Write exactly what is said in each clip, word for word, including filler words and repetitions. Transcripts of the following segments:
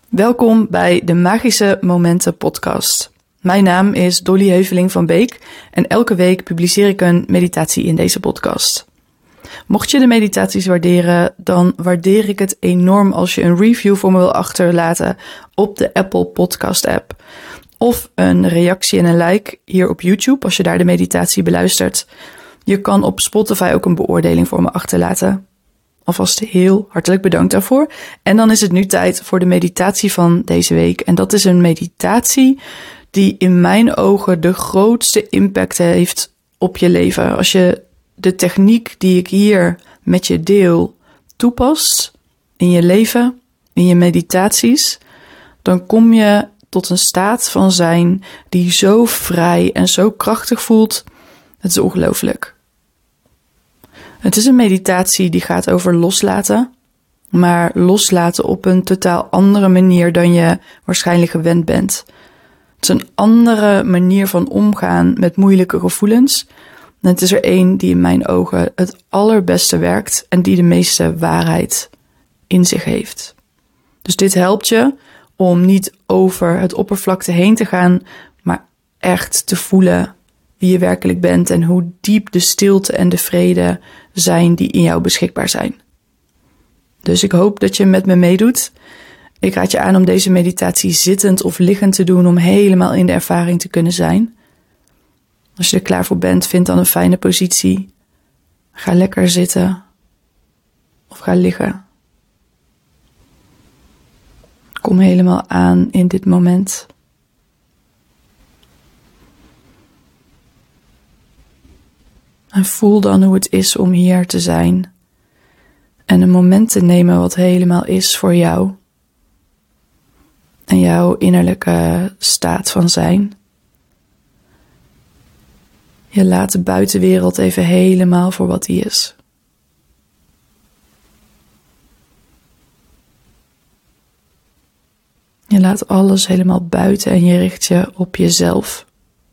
Welkom bij de Magische Momenten podcast. Mijn naam is Dolly Heuveling van Beek en elke week publiceer ik een meditatie in deze podcast. Mocht je de meditaties waarderen, dan waardeer ik het enorm als je een review voor me wil achterlaten op de Apple Podcast app. Of een reactie en een like hier op YouTube als je daar de meditatie beluistert. Je kan op Spotify ook een beoordeling voor me achterlaten. Alvast heel hartelijk bedankt daarvoor. En dan is het nu tijd voor de meditatie van deze week. En dat is een meditatie die in mijn ogen de grootste impact heeft op je leven. Als je de techniek die ik hier met je deel toepast in je leven, in je meditaties, dan kom je tot een staat van zijn die zo vrij en zo krachtig voelt. Het is ongelooflijk. Het is een meditatie die gaat over loslaten, maar loslaten op een totaal andere manier dan je waarschijnlijk gewend bent. Het is een andere manier van omgaan met moeilijke gevoelens. En het is er één die in mijn ogen het allerbeste werkt en die de meeste waarheid in zich heeft. Dus dit helpt je om niet over het oppervlakte heen te gaan, maar echt te voelen wie je werkelijk bent en hoe diep de stilte en de vrede zijn die in jou beschikbaar zijn. Dus ik hoop dat je met me meedoet. Ik raad je aan om deze meditatie zittend of liggend te doen om helemaal in de ervaring te kunnen zijn. Als je er klaar voor bent, vind dan een fijne positie. Ga lekker zitten of ga liggen. Kom helemaal aan in dit moment. En voel dan hoe het is om hier te zijn. En een moment te nemen wat helemaal is voor jou. En jouw innerlijke staat van zijn. Je laat de buitenwereld even helemaal voor wat die is. Je laat alles helemaal buiten en je richt je op jezelf.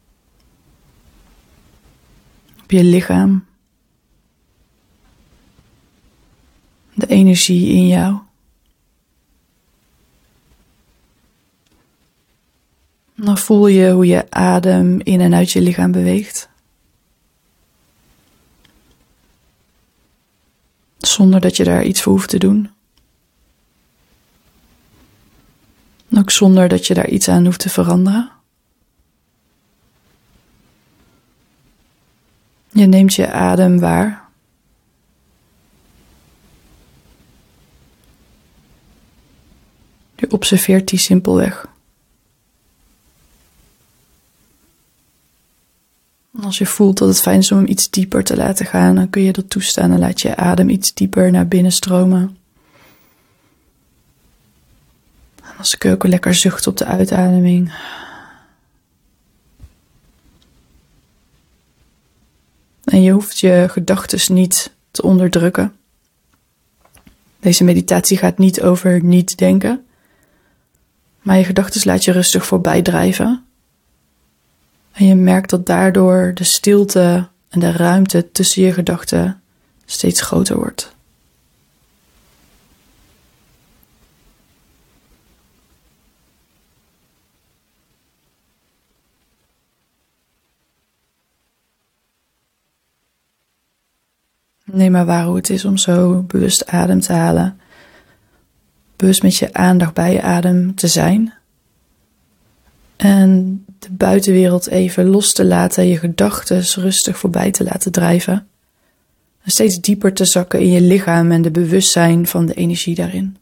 Op je lichaam. De energie in jou. Dan voel je hoe je adem in en uit je lichaam beweegt. Zonder dat je daar iets voor hoeft te doen. Ook zonder dat je daar iets aan hoeft te veranderen. Je neemt je adem waar. Je observeert die simpelweg. Als je voelt dat het fijn is om hem iets dieper te laten gaan, dan kun je dat toestaan en laat je adem iets dieper naar binnen stromen. En als kun je ook lekker zuchten op de uitademing. En je hoeft je gedachtes niet te onderdrukken. Deze meditatie gaat niet over niet denken. Maar je gedachtes laat je rustig voorbij drijven. En je merkt dat daardoor de stilte en de ruimte tussen je gedachten steeds groter wordt. Neem maar waar hoe het is om zo bewust adem te halen. Bewust met je aandacht bij je adem te zijn. En de buitenwereld even los te laten, je gedachten rustig voorbij te laten drijven. En steeds dieper te zakken in je lichaam en de bewustzijn van de energie daarin.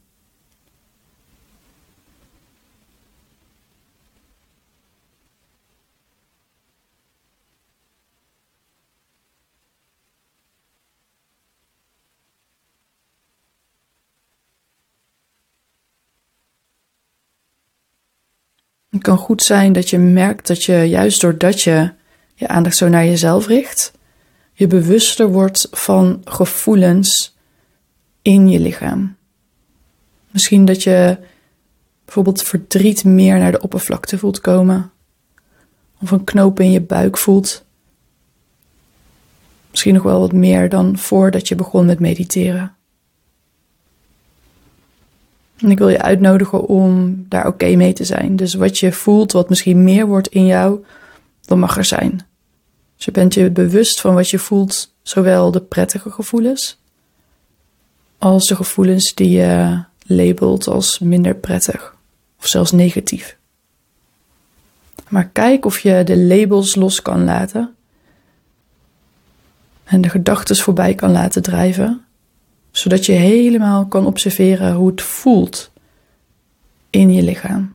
Het kan goed zijn dat je merkt dat je juist doordat je je aandacht zo naar jezelf richt, je bewuster wordt van gevoelens in je lichaam. Misschien dat je bijvoorbeeld verdriet meer naar de oppervlakte voelt komen. Of een knoop in je buik voelt. Misschien nog wel wat meer dan voordat je begon met mediteren. En ik wil je uitnodigen om daar oké mee te zijn. Dus wat je voelt, wat misschien meer wordt in jou, dat mag er zijn. Dus je bent je bewust van wat je voelt, zowel de prettige gevoelens als de gevoelens die je labelt als minder prettig of zelfs negatief. Maar kijk of je de labels los kan laten en de gedachten voorbij kan laten drijven, zodat je helemaal kan observeren hoe het voelt in je lichaam.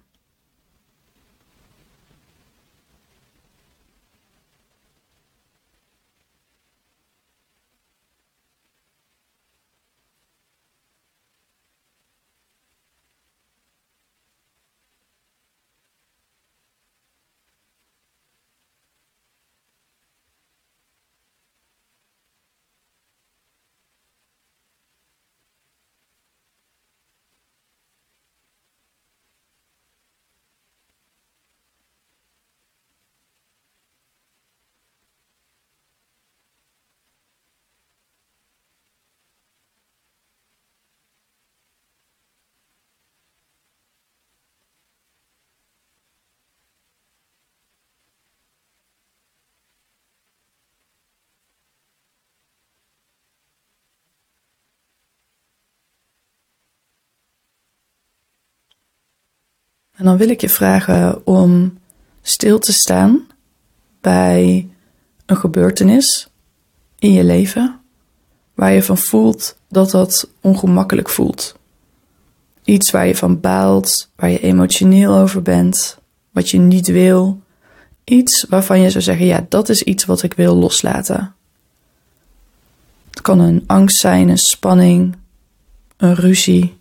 En dan wil ik je vragen om stil te staan bij een gebeurtenis in je leven waar je van voelt dat dat ongemakkelijk voelt. Iets waar je van baalt, waar je emotioneel over bent, wat je niet wil. Iets waarvan je zou zeggen, ja, dat is iets wat ik wil loslaten. Het kan een angst zijn, een spanning, een ruzie.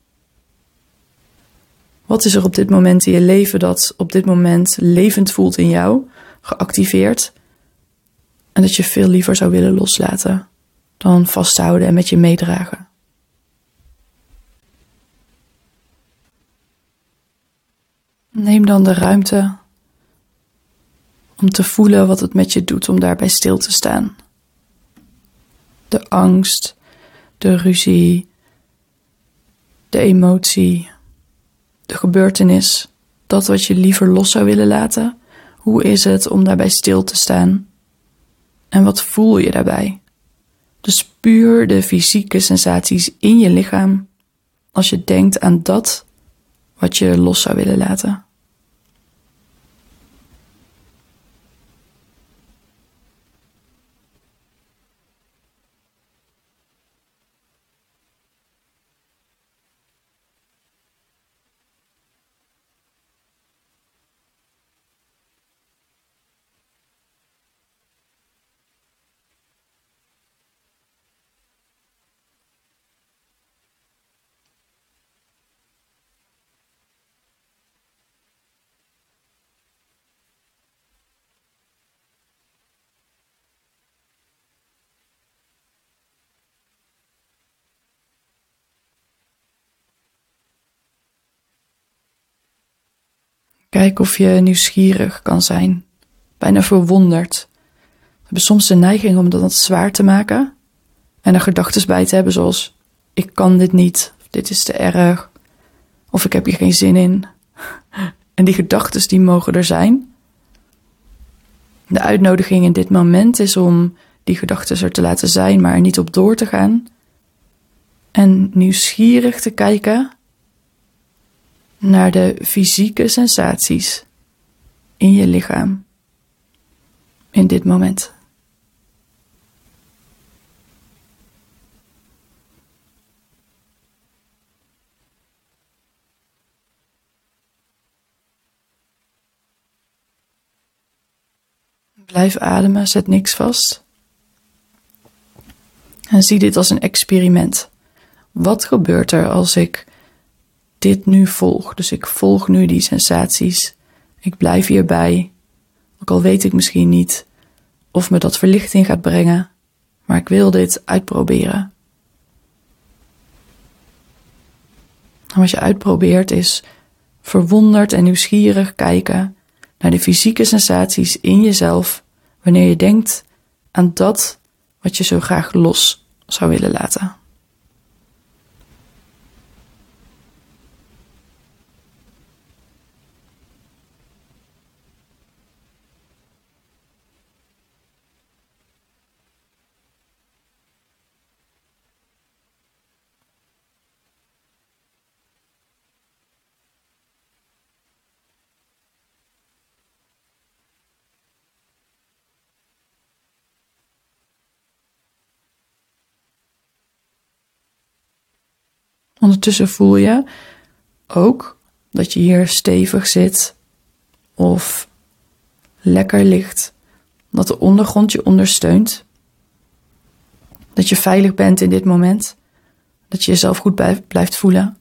Wat is er op dit moment in je leven dat op dit moment levend voelt in jou, geactiveerd, en dat je veel liever zou willen loslaten dan vasthouden en met je meedragen? Neem dan de ruimte om te voelen wat het met je doet om daarbij stil te staan. De angst, de ruzie, de emotie, de gebeurtenis, dat wat je liever los zou willen laten. Hoe is het om daarbij stil te staan? En wat voel je daarbij? Dus puur de fysieke sensaties in je lichaam als je denkt aan dat wat je los zou willen laten. Kijk of je nieuwsgierig kan zijn, bijna verwonderd. We hebben soms de neiging om dat zwaar te maken en er gedachten bij te hebben zoals, ik kan dit niet, of dit is te erg, of ik heb hier geen zin in. En die gedachten die mogen er zijn. De uitnodiging in dit moment is om die gedachten er te laten zijn, maar er niet op door te gaan. En nieuwsgierig te kijken naar de fysieke sensaties in je lichaam in dit moment. Blijf ademen, zet niks vast. En zie dit als een experiment. Wat gebeurt er als ik dit nu volg? Dus ik volg nu die sensaties. Ik blijf hierbij. Ook al weet ik misschien niet of me dat verlichting gaat brengen. Maar ik wil dit uitproberen. En wat je uitprobeert is verwonderd en nieuwsgierig kijken naar de fysieke sensaties in jezelf wanneer je denkt aan dat wat je zo graag los zou willen laten. Ondertussen voel je ook dat je hier stevig zit of lekker ligt. Dat de ondergrond je ondersteunt. Dat je veilig bent in dit moment. Dat je jezelf goed blijft voelen.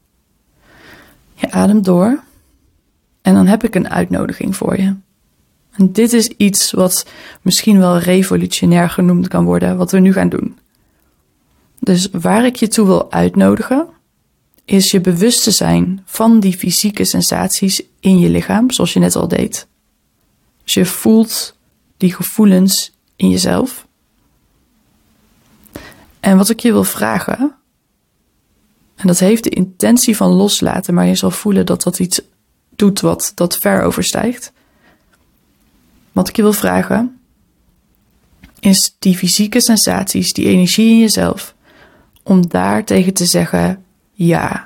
Je ademt door. En dan heb ik een uitnodiging voor je. En dit is iets wat misschien wel revolutionair genoemd kan worden, wat we nu gaan doen. Dus waar ik je toe wil uitnodigen, is je bewust te zijn van die fysieke sensaties in je lichaam, zoals je net al deed. Dus je voelt die gevoelens in jezelf. En wat ik je wil vragen, en dat heeft de intentie van loslaten, maar je zal voelen dat dat iets doet wat dat ver overstijgt. Wat ik je wil vragen, is die fysieke sensaties, die energie in jezelf, om daar tegen te zeggen ja.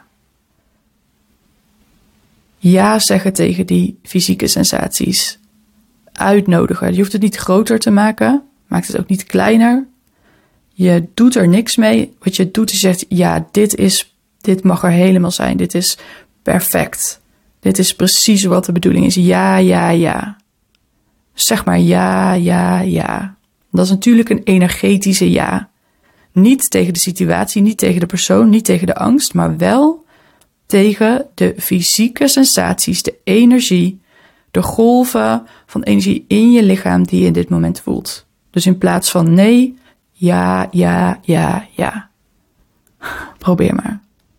Ja zeggen tegen die fysieke sensaties. Uitnodigen. Je hoeft het niet groter te maken. Maakt het ook niet kleiner. Je doet er niks mee. Wat je doet is zegt, ja, dit is, dit mag er helemaal zijn. Dit is perfect. Dit is precies wat de bedoeling is. Ja, ja, ja. Zeg maar ja, ja, ja. Dat is natuurlijk een energetische ja. Niet tegen de situatie, niet tegen de persoon, niet tegen de angst, maar wel tegen de fysieke sensaties, de energie, de golven van energie in je lichaam die je in dit moment voelt. Dus in plaats van nee, ja, ja, ja, ja. Probeer maar.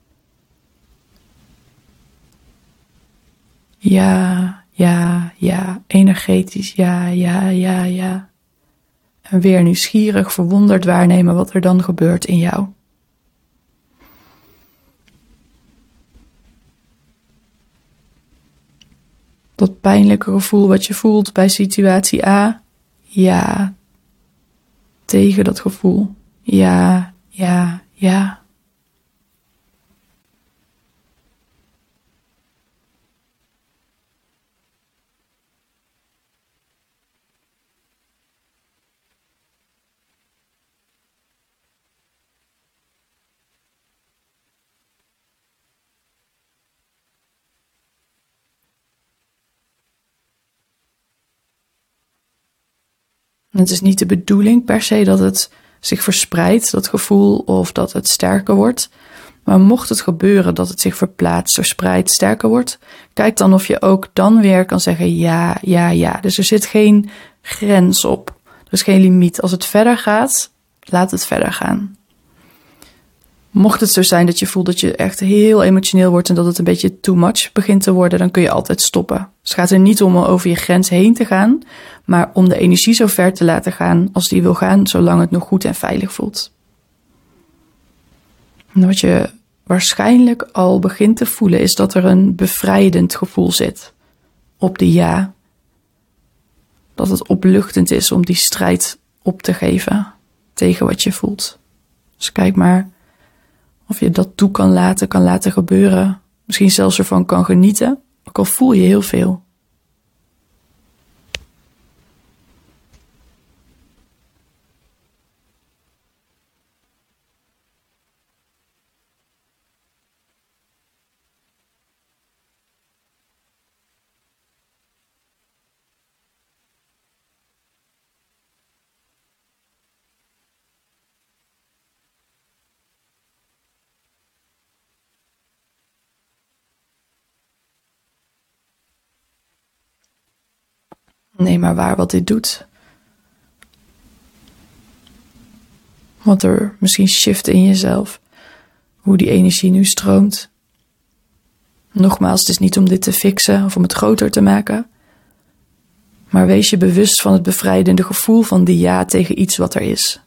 Ja, ja, ja. Energetisch, ja, ja, ja, ja. En weer nieuwsgierig, verwonderd waarnemen wat er dan gebeurt in jou. Dat pijnlijke gevoel wat je voelt bij situatie A. Ja. Tegen dat gevoel. Ja, ja, ja. Het is niet de bedoeling per se dat het zich verspreidt, dat gevoel, of dat het sterker wordt. Maar mocht het gebeuren dat het zich verplaatst, verspreidt, sterker wordt, kijk dan of je ook dan weer kan zeggen ja, ja, ja. Dus er zit geen grens op. Er is geen limiet. Als het verder gaat, laat het verder gaan. Mocht het zo zijn dat je voelt dat je echt heel emotioneel wordt en dat het een beetje too much begint te worden, dan kun je altijd stoppen. Dus het gaat er niet om over je grens heen te gaan, maar om de energie zo ver te laten gaan als die wil gaan, zolang het nog goed en veilig voelt. En wat je waarschijnlijk al begint te voelen, is dat er een bevrijdend gevoel zit op de ja. Dat het opluchtend is om die strijd op te geven tegen wat je voelt. Dus kijk maar of je dat toe kan laten, kan laten gebeuren. Misschien zelfs ervan kan genieten, ook al voel je heel veel. Neem maar waar wat dit doet. Wat er misschien shift in jezelf. Hoe die energie nu stroomt. Nogmaals, het is niet om dit te fixen of om het groter te maken. Maar wees je bewust van het bevrijdende gevoel van die ja tegen iets wat er is.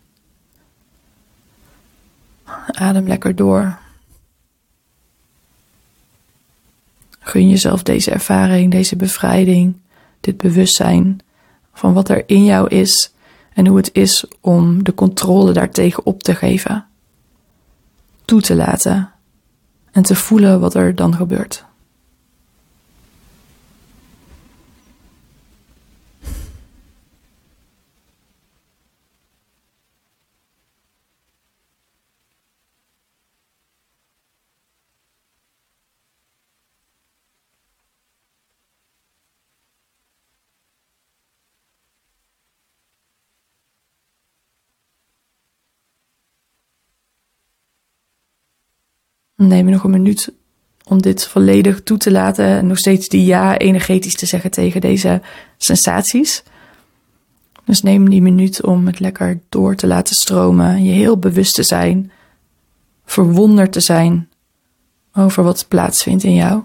Adem lekker door. Gun jezelf deze ervaring, deze bevrijding, dit bewustzijn van wat er in jou is en hoe het is om de controle daartegen op te geven, toe te laten en te voelen wat er dan gebeurt. Neem je nog een minuut om dit volledig toe te laten en nog steeds die ja energetisch te zeggen tegen deze sensaties. Dus neem die minuut om het lekker door te laten stromen, je heel bewust te zijn, verwonderd te zijn over wat plaatsvindt in jou.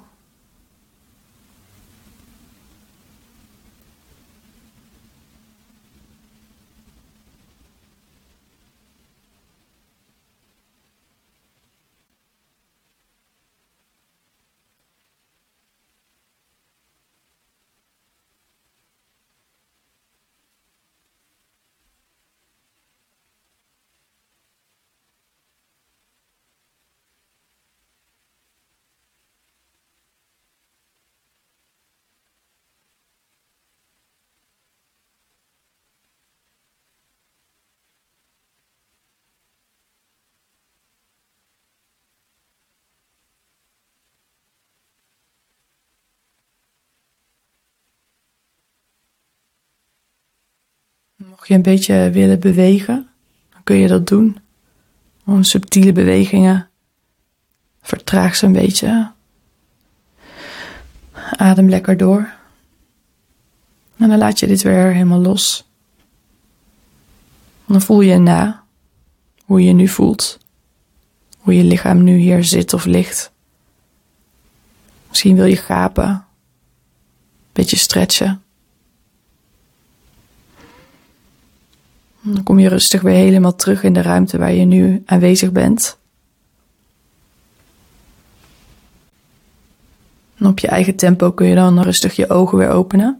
Mocht je een beetje willen bewegen, dan kun je dat doen. Gewoon subtiele bewegingen. Vertraag ze een beetje. Adem lekker door. En dan laat je dit weer helemaal los. En dan voel je na hoe je je nu voelt. Hoe je lichaam nu hier zit of ligt. Misschien wil je gapen. Een beetje stretchen. Dan kom je rustig weer helemaal terug in de ruimte waar je nu aanwezig bent. En op je eigen tempo kun je dan rustig je ogen weer openen.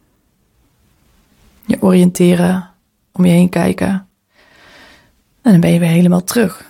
Je oriënteren, om je heen kijken. En dan ben je weer helemaal terug.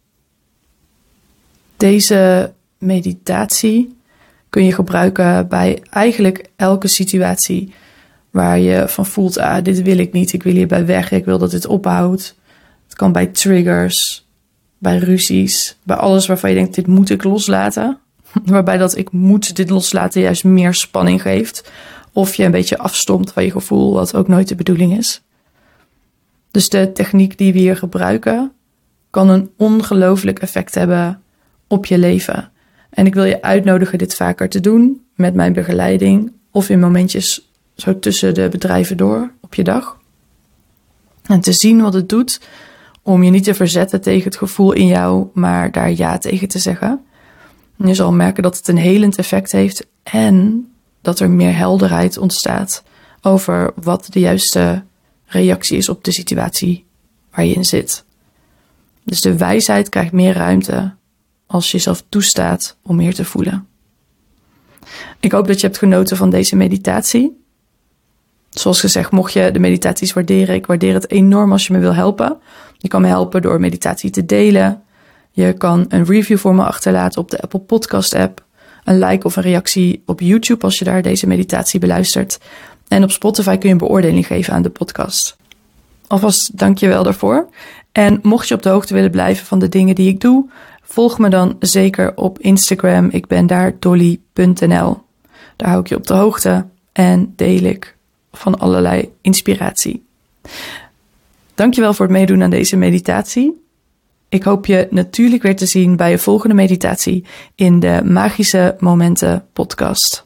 Deze meditatie kun je gebruiken bij eigenlijk elke situatie waar je van voelt, ah, dit wil ik niet, ik wil hierbij weg, ik wil dat dit ophoudt. Het kan bij triggers, bij ruzies, bij alles waarvan je denkt, dit moet ik loslaten. Waarbij dat ik moet dit loslaten juist meer spanning geeft. Of je een beetje afstomt van je gevoel, wat ook nooit de bedoeling is. Dus de techniek die we hier gebruiken, kan een ongelooflijk effect hebben op je leven. En ik wil je uitnodigen dit vaker te doen met mijn begeleiding of in momentjes zo tussen de bedrijven door op je dag. En te zien wat het doet om je niet te verzetten tegen het gevoel in jou, maar daar ja tegen te zeggen. En je zal merken dat het een helend effect heeft en dat er meer helderheid ontstaat over wat de juiste reactie is op de situatie waar je in zit. Dus de wijsheid krijgt meer ruimte als je jezelf toestaat om meer te voelen. Ik hoop dat je hebt genoten van deze meditatie. Zoals gezegd, mocht je de meditaties waarderen, ik waardeer het enorm als je me wil helpen. Je kan me helpen door meditatie te delen. Je kan een review voor me achterlaten op de Apple Podcast app. Een like of een reactie op YouTube als je daar deze meditatie beluistert. En op Spotify kun je een beoordeling geven aan de podcast. Alvast dank je wel daarvoor. En mocht je op de hoogte willen blijven van de dingen die ik doe, volg me dan zeker op Instagram. Ik ben daar dolly punt n l. Daar hou ik je op de hoogte en deel ik van allerlei inspiratie. Dankjewel voor het meedoen aan deze meditatie. Ik hoop je natuurlijk weer te zien bij je volgende meditatie in de Magische Momenten podcast.